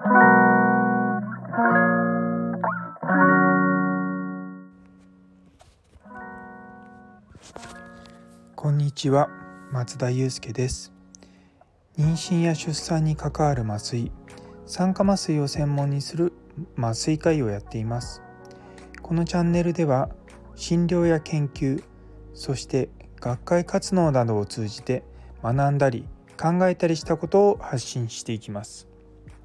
こんにちは、松田祐介です。妊娠や出産に関わる麻酔、酸化麻酔を専門にする麻酔科医をやっています。このチャンネルでは診療や研究、そして学会活動などを通じて学んだり考えたりしたことを発信していきます。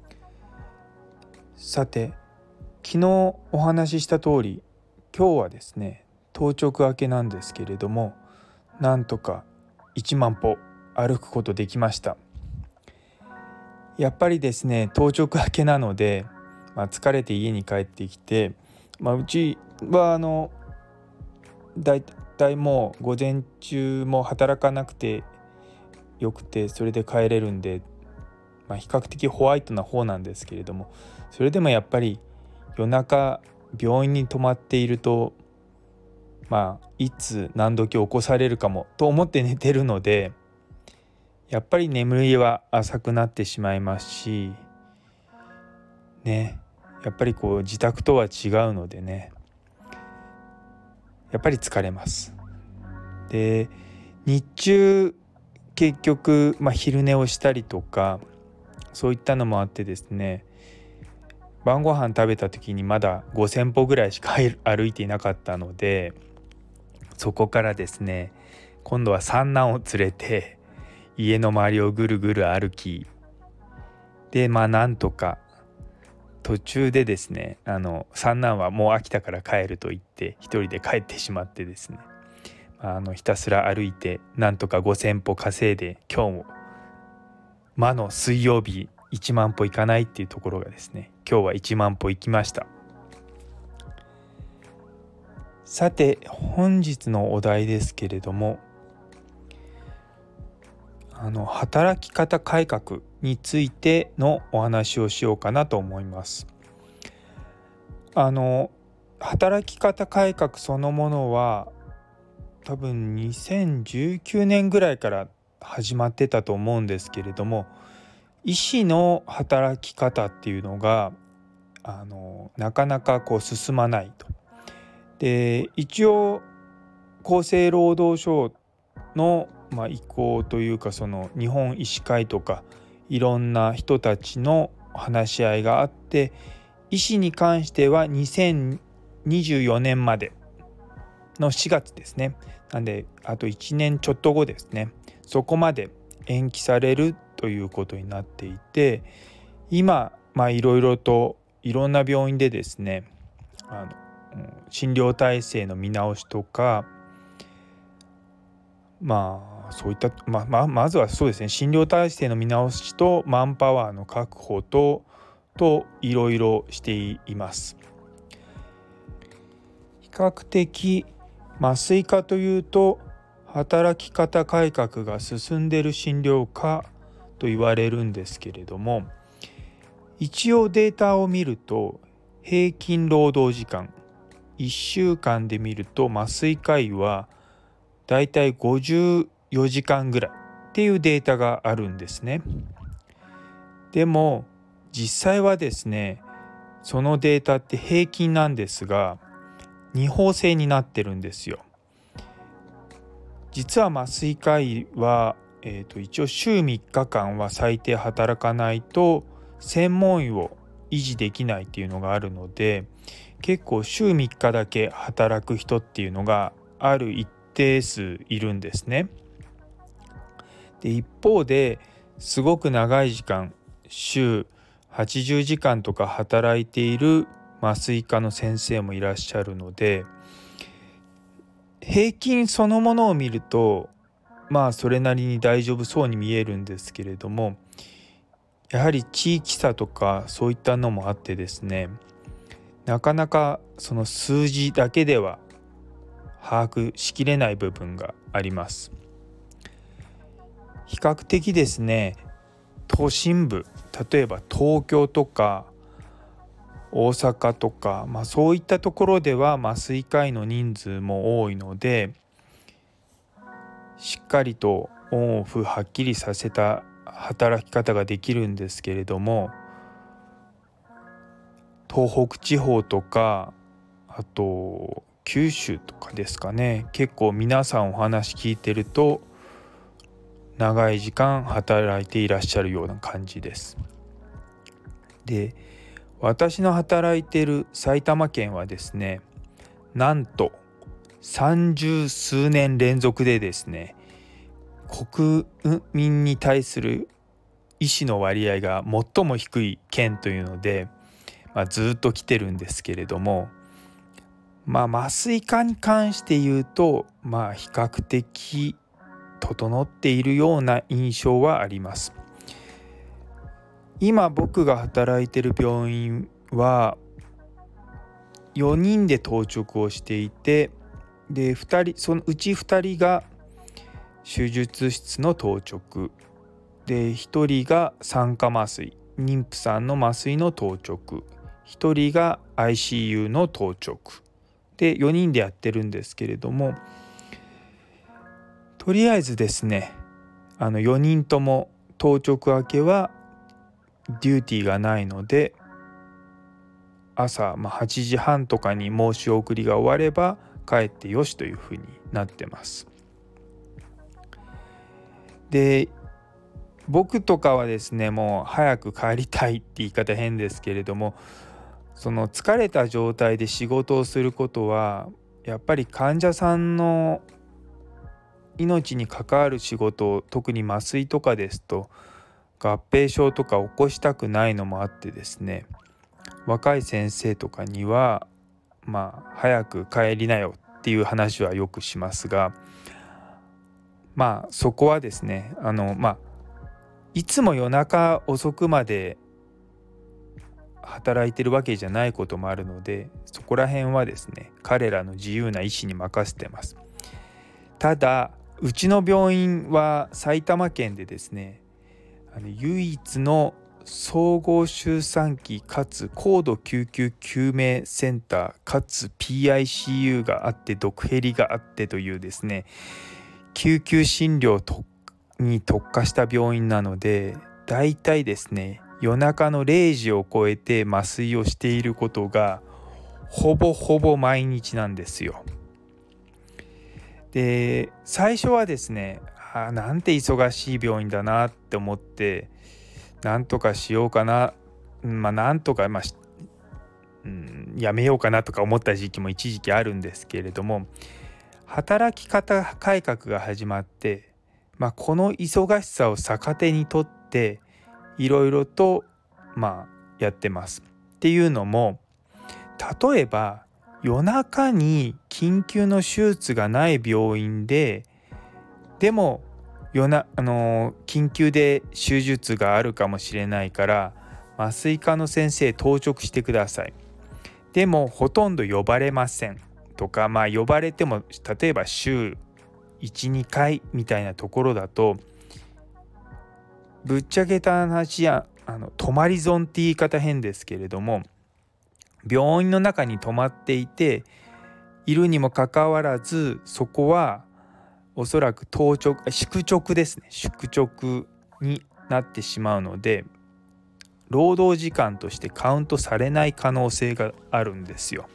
さて、昨日お話しした通り、今日はですね、当直明けなんですけれども、なんとか1万歩歩くことできました。やっぱりですね、当直明けなので、疲れて家に帰ってきて、うちはだいたいもう午前中も働かなくてよくて、それで帰れるんで、比較的ホワイトな方なんですけれども、それでもやっぱり夜中病院に泊まっていると、いつ何時起こされるかもと思って寝てるので、やっぱり眠りは浅くなってしまいますしね、やっぱり自宅とは違うのでね、やっぱり疲れます。で、日中結局、昼寝をしたりとかそういったのもあってですね、晩ご飯食べた時にまだ5000歩ぐらいしか歩いていなかったので、そこからですね、今度は三男を連れて家の周りをぐるぐる歩きで、なんとか途中でですね、三男はもう飽きたから帰ると言って一人で帰ってしまってですね、ひたすら歩いてなんとか5000歩稼いで、今日も魔の水曜日1万歩行かないっていうところがですね、今日は1万歩行きました。さて、本日のお題ですけれども、働き方改革についてのお話をしようかなと思います。働き方改革そのものは多分2019年ぐらいから始まってたと思うんですけれども、医師の働き方っていうのがなかなか進まないと。で、一応厚生労働省の意向というか、その日本医師会とかいろんな人たちの話し合いがあって、医師に関しては2024年までの4月ですね。なんであと1年ちょっと後ですね。そこまで延期されるということになっていて、今いろいろといろんな病院でですね、診療体制の見直しとか、そういったまずはそうですね、診療体制の見直しとマンパワーの確保といろいろしています。比較的麻酔科というと働き方改革が進んでいる診療科と言われるんですけれども、一応データを見ると平均労働時間1週間で見ると麻酔科医はだいたい54時間ぐらいっていうデータがあるんですね。でも実際はですね、そのデータって平均なんですが二法制になってるんですよ。実は麻酔科医は、一応週3日間は最低働かないと専門医を維持できないっていうのがあるので、結構週3日だけ働く人っていうのがある一定数いるんですね。で、一方ですごく長い時間、週80時間とか働いている麻酔科の先生もいらっしゃるので、平均そのものを見るとそれなりに大丈夫そうに見えるんですけれども、やはり地域差とかそういったのもあってですね、なかなかその数字だけでは把握しきれない部分があります。比較的ですね、都心部、例えば東京とか大阪とか、そういったところでは麻酔科医の人数も多いので、しっかりとオンオフはっきりさせた働き方ができるんですけれども、 東北地方とか、あと九州とかですかね、結構皆さんお話聞いてると長い時間働いていらっしゃるような感じです。で、私の働いている埼玉県はですね、なんと30数年連続でですね、国民に対する医師の割合が最も低い県というので、ずっと来てるんですけれども、麻酔科に関して言うと、比較的整っているような印象はあります。今僕が働いている病院は4人で当直をしていて、でそのうち2人が手術室の当直で、1人が酸化麻酔、妊婦さんの麻酔の当直、1人が ICU の当直で4人でやってるんですけれども、とりあえずですね、4人とも当直明けはデューティーがないので、朝8時半とかに申し送りが終われば帰ってよしというふうになってます。で、僕とかはですね、もう早く帰りたいって言い方変ですけれども、その疲れた状態で仕事をすることはやっぱり患者さんの命に関わる仕事を、特に麻酔とかですと合併症とか起こしたくないのもあってですね、若い先生とかには早く帰りなよっていう話はよくしますが、そこはですね、いつも夜中遅くまで働いてるわけじゃないこともあるので、そこら辺はですね、彼らの自由な意思に任せてます。ただうちの病院は埼玉県でですね、唯一の総合周産期かつ高度救急救命センターかつ PICU があってドクヘリがあってというですね、救急診療に特化した病院なので、だいたいですね、夜中の0時を超えて麻酔をしていることがほぼほぼ毎日なんですよ。で、最初はですね、なんて忙しい病院だなって思って、なんとかしようかな、なんとか、やめようかなとか思った時期も一時期あるんですけれども、働き方改革が始まって、この忙しさを逆手にとっていろいろとやってます。っていうのも、例えば夜中に緊急の手術がない病院でも緊急で手術があるかもしれないから麻酔科の先生当直してください。でもほとんど呼ばれませんとか、呼ばれても例えば週 1,2 回みたいなところだと、ぶっちゃけた話や泊まり損って言い方変ですけれども、病院の中に泊まっているにもかかわらず、そこはおそらく宿直ですね、宿直になってしまうので、労働時間としてカウントされない可能性があるんですよ。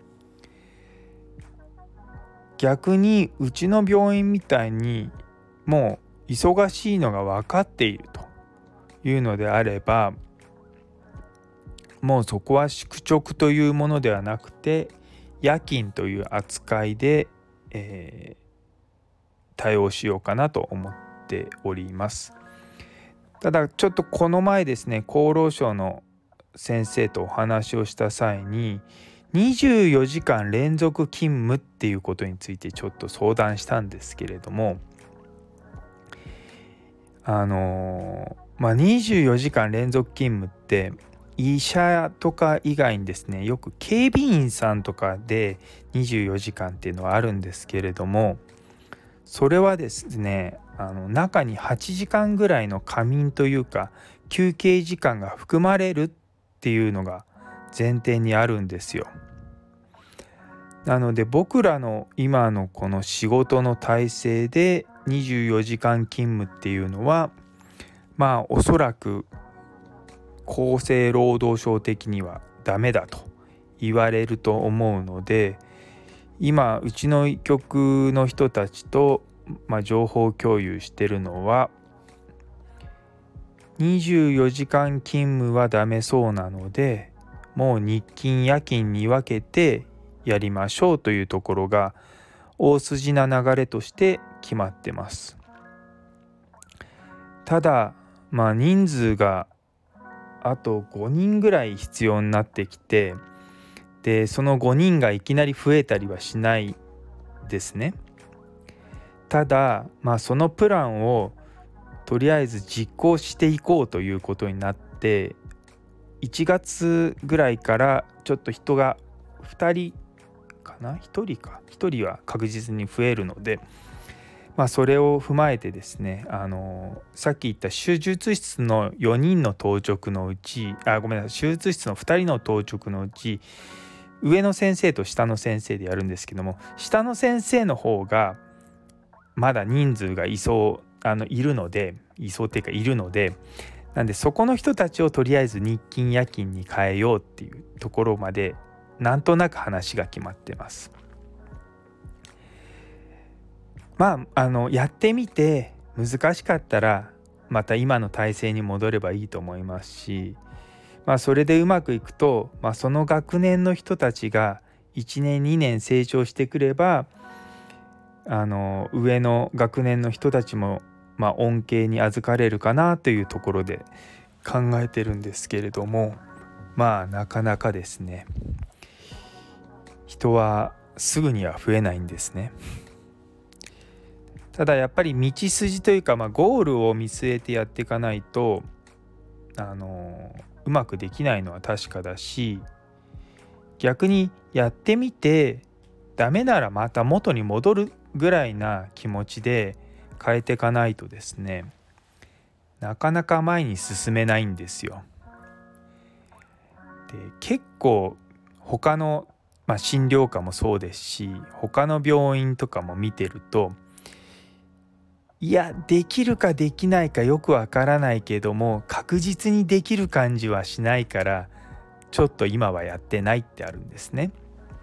逆にうちの病院みたいにもう忙しいのが分かっているというのであれば、もうそこは宿直というものではなくて夜勤という扱いで、対応しようかなと思っております。ただちょっとこの前ですね、厚労省の先生とお話をした際に24時間連続勤務っていうことについてちょっと相談したんですけれども、24時間連続勤務って医者とか以外にですね、よく警備員さんとかで24時間っていうのはあるんですけれども、それはですね、中に8時間ぐらいの仮眠というか休憩時間が含まれるっていうのが前提にあるんですよ。なので僕らの今のこの仕事の体制で24時間勤務っていうのはおそらく厚生労働省的にはダメだと言われると思うので、今うちの医局の人たちと、情報共有してるのは、24時間勤務はダメそうなので、もう日勤夜勤に分けてやりましょうというところが大筋な流れとして決まってます。ただ人数があと5人ぐらい必要になってきて、でその5人がいきなり増えたりはしないですね。ただそのプランをとりあえず実行していこうということになって、1月ぐらいからちょっと人が2人かな、1人は確実に増えるので、それを踏まえてですね、さっき言った手術室の4人の当直のうち、手術室の2人の当直のうち、上の先生と下の先生でやるんですけども、下の先生の方がまだ人数がいるので、なんでそこの人たちをとりあえず日勤夜勤に変えようっていうところまでなんとなく話が決まってます。やってみて難しかったらまた今の体制に戻ればいいと思いますし、それでうまくいくと、その学年の人たちが1年2年成長してくれば、上の学年の人たちも恩恵に預かれるかなというところで考えてるんですけれども、なかなかですね、人はすぐには増えないんですね。ただやっぱり道筋というか、ゴールを見据えてやっていかないとうまくできないのは確かだし、逆にやってみてダメならまた元に戻るぐらいな気持ちで変えていかないとですね、なかなか前に進めないんですよ。で結構他の、診療科もそうですし、他の病院とかも見てると、いやできるかできないかよくわからないけども確実にできる感じはしないからちょっと今はやってないってあるんですね。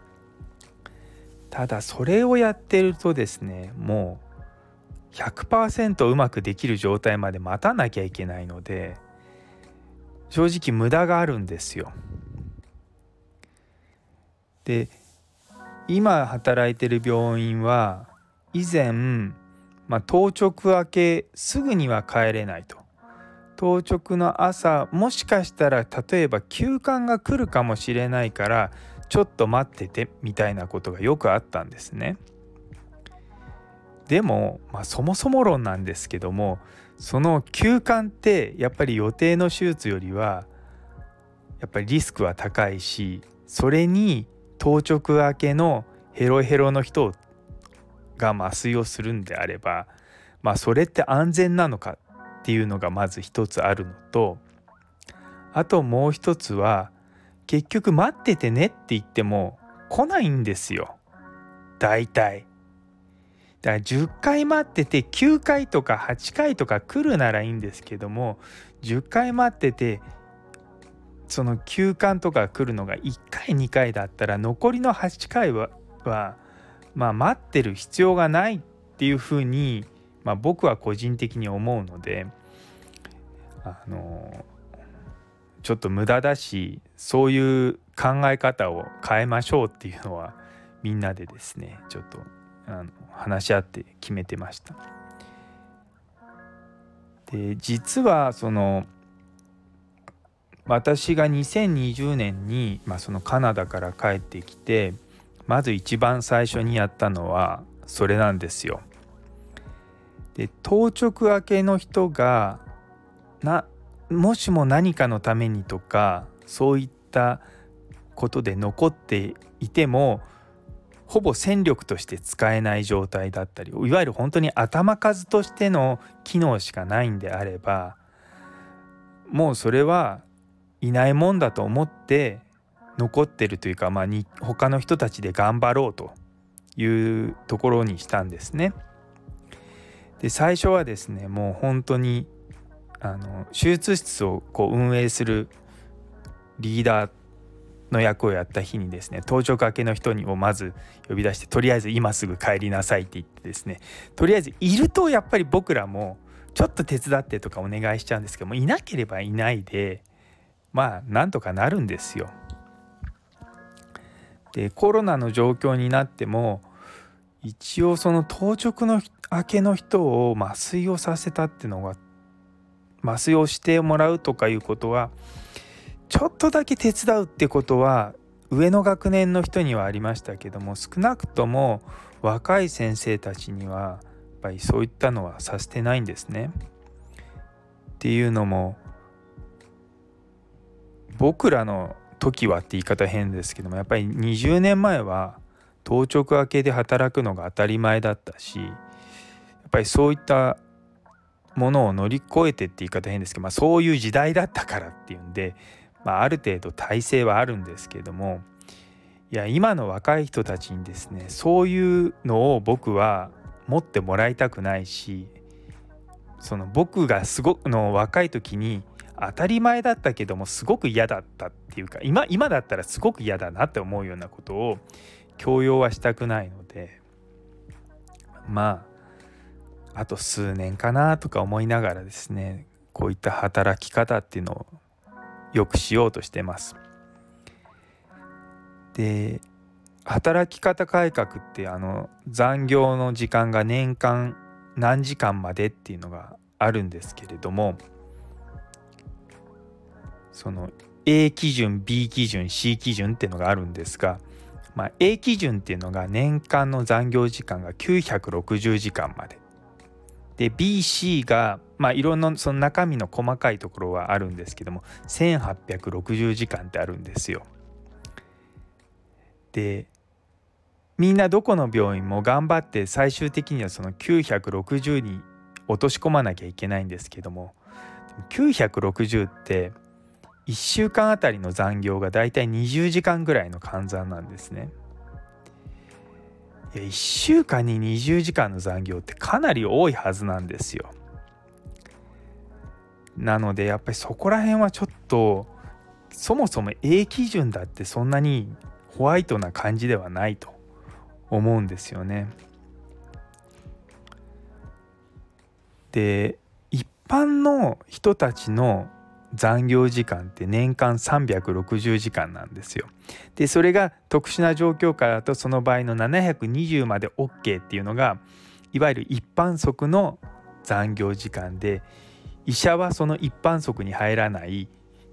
ただそれをやってるとですね、もう 100% うまくできる状態まで待たなきゃいけないので、正直無駄があるんですよ。で今働いてる病院は以前、当直明けすぐには帰れないと、当直の朝もしかしたら例えば急患が来るかもしれないからちょっと待っててみたいなことがよくあったんですね。でも、そもそも論なんですけども、その急患ってやっぱり予定の手術よりはやっぱりリスクは高いし、それに当直明けのヘロヘロの人が麻酔をするんであれば、それって安全なのかっていうのがまず一つあるのと、あともう一つは結局待っててねって言っても来ないんですよ、大体。だから10回待ってて9回とか8回とか来るならいいんですけども、10回待っててその休館とか来るのが1回2回だったら残りの8回は待ってる必要がないっていうふうに、僕は個人的に思うので、ちょっと無駄だし、そういう考え方を変えましょうっていうのはみんなでですねちょっと話し合って決めてました。で実は私が2020年に、そのカナダから帰ってきてまず一番最初にやったのはそれなんですよ。で当直明けの人がもしも何かのためにとかそういったことで残っていてもほぼ戦力として使えない状態だったり、いわゆる本当に頭数としての機能しかないんであれば、もうそれはいないもんだと思って残ってるというか、他の人たちで頑張ろうというところにしたんですね。で最初はですね、もう本当に手術室を運営するリーダーの役をやった日にですね、当直明けの人をまず呼び出して、とりあえず今すぐ帰りなさいって言ってですね、とりあえずいるとやっぱり僕らもちょっと手伝ってとかお願いしちゃうんですけども、いなければいないでなんとかなるんですよ。でコロナの状況になっても一応その当直の明けの人を麻酔をさせたっていうのが、麻酔をしてもらうとかいうことはちょっとだけ手伝うってことは上の学年の人にはありましたけども、少なくとも若い先生たちにはやっぱりそういったのはさせてないんですね。っていうのも、僕らの時はって言い方変ですけども、やっぱり20年前は当直明けで働くのが当たり前だったし、やっぱりそういったものを乗り越えてって言い方変ですけど、そういう時代だったからっていうんで、ある程度体制はあるんですけども、いや今の若い人たちにですね、そういうのを僕は持ってもらいたくないし、その僕がすごくの若い時に当たり前だったけどもすごく嫌だったっていうか、今だったらすごく嫌だなって思うようなことを強要はしたくないので、あと数年かなとか思いながらですね、こういった働き方っていうのをよくしようとしてます。で働き方改革って残業の時間が年間何時間までっていうのがあるんですけれども、その A 基準 B 基準 C 基準っていうのがあるんですが、A 基準っていうのが年間の残業時間が960時間までで、 BC がいろんなその中身の細かいところはあるんですけども1860時間ってあるんですよ。でみんなどこの病院も頑張って最終的にはその960に落とし込まなきゃいけないんですけども、960って1週間あたりの残業がだいたい20時間ぐらいの換算なんですね。1週間に20時間の残業ってかなり多いはずなんですよ。なのでやっぱりそこら辺はちょっと、そもそも A 基準だってそんなにホワイトな感じではないと思うんですよね。で一般の人たちの残業時間って年間360時間なんですよ。でそれが特殊な状況下だとその場合の720まで OK っていうのがいわゆる一般則の残業時間で、医者はその一般則に入らない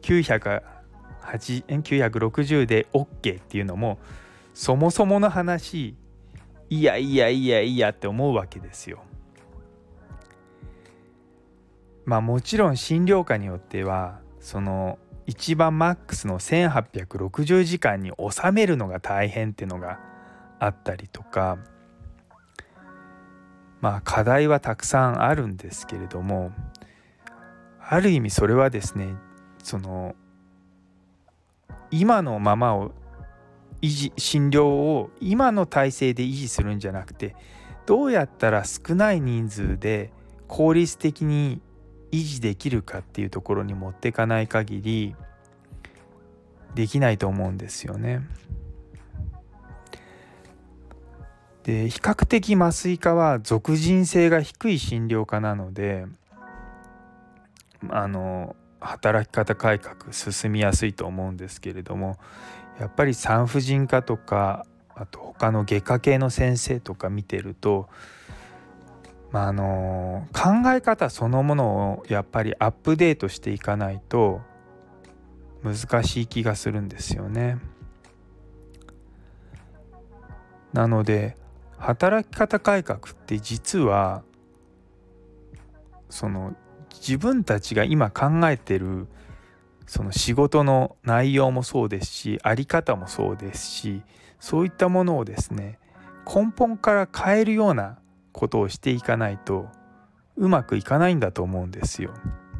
960で OK っていうのもそもそもの話、いやって思うわけですよ。もちろん診療科によってはその一番マックスの1860時間に収めるのが大変っていうのがあったりとか、課題はたくさんあるんですけれども、ある意味それはですね、その今のままを診療を今の体制で維持するんじゃなくて、どうやったら少ない人数で効率的に維持できるかっていうところに持っていかない限りできないと思うんですよね。で比較的麻酔科は属人性が低い診療科なので、働き方改革進みやすいと思うんですけれども、やっぱり産婦人科とかあと他の外科系の先生とか見てると、考え方そのものをやっぱりアップデートしていかないと難しい気がするんですよね。なので働き方改革って実はその自分たちが今考えてるその仕事の内容もそうですし、あり方もそうですし、そういったものをですね根本から変えるようなことをしていかないとうまくいかないんだと思うんですよ。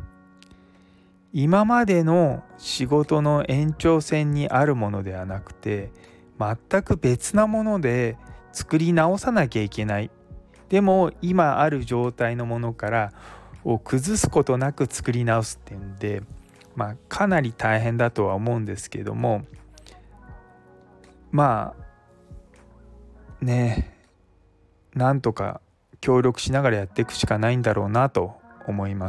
今までの仕事の延長線にあるものではなくて、全く別なもので作り直さなきゃいけない。でも今ある状態のものからを崩すことなく作り直すっていうんで、かなり大変だとは思うんですけども、 まあね、なんとか協力しながらやっていくしかないんだろうなと思います。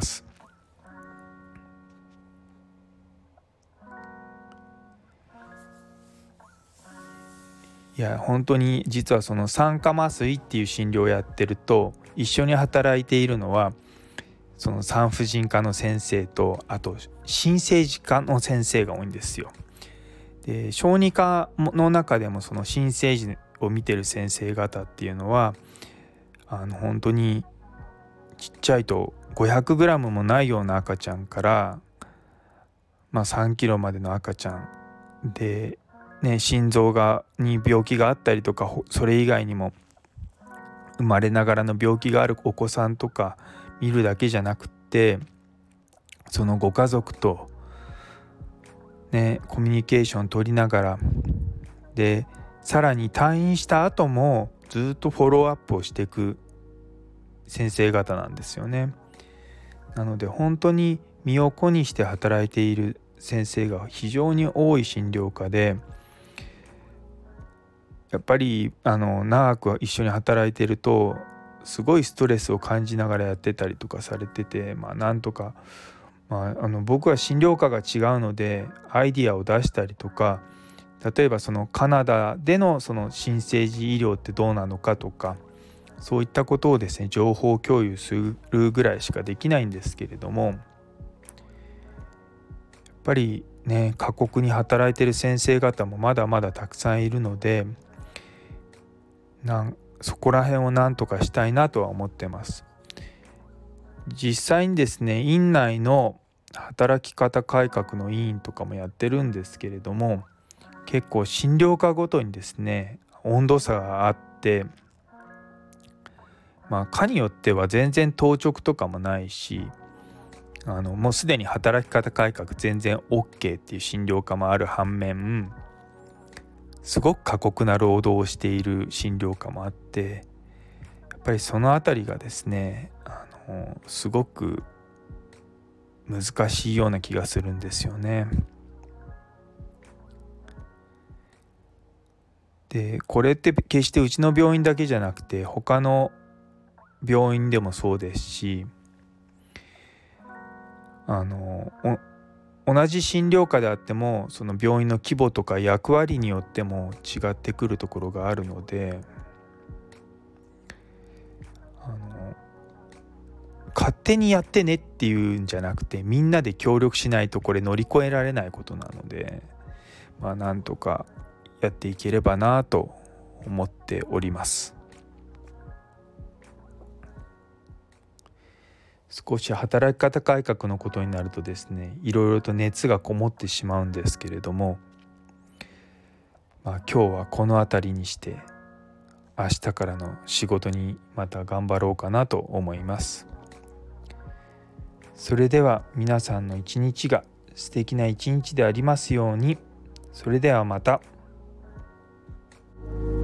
いや本当に実はその酸化麻酔っていう診療をやってると、一緒に働いているのはその産婦人科の先生と、あと新生児科の先生が多いんですよ。で小児科の中でもその新生児を見てる先生方っていうのは本当にちっちゃいと 500g もないような赤ちゃんから、3キロまでの赤ちゃんで、心臓に病気があったりとか、それ以外にも生まれながらの病気があるお子さんとか見るだけじゃなくって、そのご家族とコミュニケーション取りながら、でさらに退院した後もずっとフォローアップをしていく先生方なんですよね。なので本当に身を粉にして働いている先生が非常に多い診療科で、やっぱり長く一緒に働いているとすごいストレスを感じながらやってたりとかされてて、なんとか、僕は診療科が違うのでアイディアを出したりとか、例えばそのカナダでのその新生児医療ってどうなのかとか、そういったことをですね情報共有するぐらいしかできないんですけれども、やっぱり過酷に働いている先生方もまだまだたくさんいるので、そこら辺をなんとかしたいなとは思ってます。実際にですね院内の働き方改革の委員とかもやってるんですけれども、結構診療科ごとにですね温度差があって、科によっては全然当直とかもないし、もうすでに働き方改革全然 OK っていう診療科もある反面、すごく過酷な労働をしている診療科もあって、やっぱりそのあたりがですねすごく難しいような気がするんですよね。でこれって決してうちの病院だけじゃなくて他の病院でもそうですし、同じ診療科であってもその病院の規模とか役割によっても違ってくるところがあるので、勝手にやってねっていうんじゃなくて、みんなで協力しないとこれ乗り越えられないことなので、なんとかやっていければなと思っております。少し働き方改革のことになるとですね、いろいろと熱がこもってしまうんですけれども、今日はこの辺りにして、明日からの仕事にまた頑張ろうかなと思います。それでは皆さんの一日が素敵な一日でありますように。それではまた。